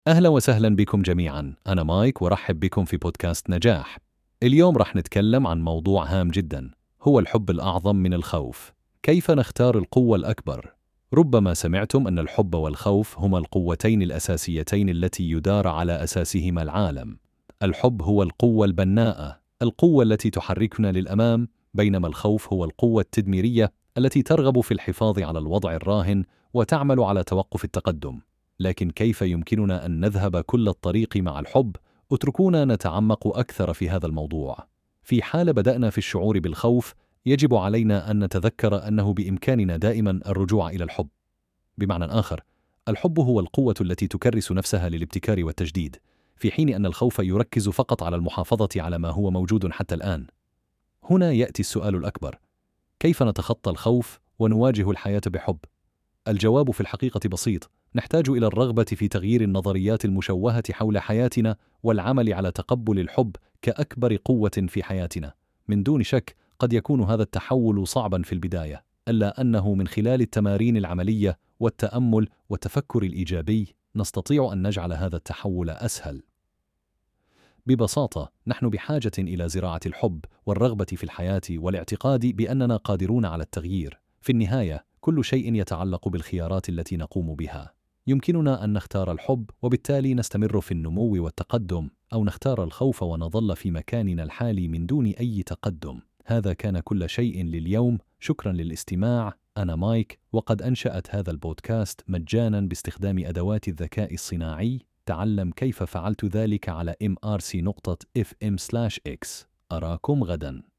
أهلا وسهلا بكم جميعا. أنا مايك ورحب بكم في بودكاست نجاح. اليوم رح نتكلم عن موضوع هام جدا، هو الحب الأعظم من الخوف. كيف نختار القوة الأكبر؟ ربما سمعتم أن الحب والخوف هما القوتين الأساسيتين التي يدار على أساسهما العالم. الحب هو القوة البناءة، القوة التي تحركنا للأمام، بينما الخوف هو القوة التدميرية التي ترغب في الحفاظ على الوضع الراهن وتعمل على توقف التقدم. لكن كيف يمكننا أن نذهب كل الطريق مع الحب؟ اتركونا نتعمق أكثر في هذا الموضوع. في حال بدأنا في الشعور بالخوف، يجب علينا أن نتذكر أنه بإمكاننا دائما الرجوع إلى الحب. بمعنى آخر، الحب هو القوة التي تكرس نفسها للابتكار والتجديد، في حين أن الخوف يركز فقط على المحافظة على ما هو موجود حتى الآن. هنا يأتي السؤال الأكبر: كيف نتخطى الخوف ونواجه الحياة بحب؟ الجواب في الحقيقة بسيط، نحتاج إلى الرغبة في تغيير النظريات المشوهة حول حياتنا والعمل على تقبل الحب كأكبر قوة في حياتنا. من دون شك قد يكون هذا التحول صعبا في البداية، إلا أنه من خلال التمارين العملية والتأمل والتفكر الإيجابي نستطيع أن نجعل هذا التحول أسهل. ببساطة، نحن بحاجة إلى زراعة الحب والرغبة في الحياة والاعتقاد بأننا قادرون على التغيير. في النهاية، كل شيء يتعلق بالخيارات التي نقوم بها. يمكننا أن نختار الحب وبالتالي نستمر في النمو والتقدم، أو نختار الخوف ونظل في مكاننا الحالي من دون أي تقدم. هذا كان كل شيء لليوم. شكرا للاستماع. أنا مايك، وقد أنشأت هذا البودكاست مجانا باستخدام أدوات الذكاء الصناعي. تعلم كيف فعلت ذلك على mrc.fm/x. أراكم غدا.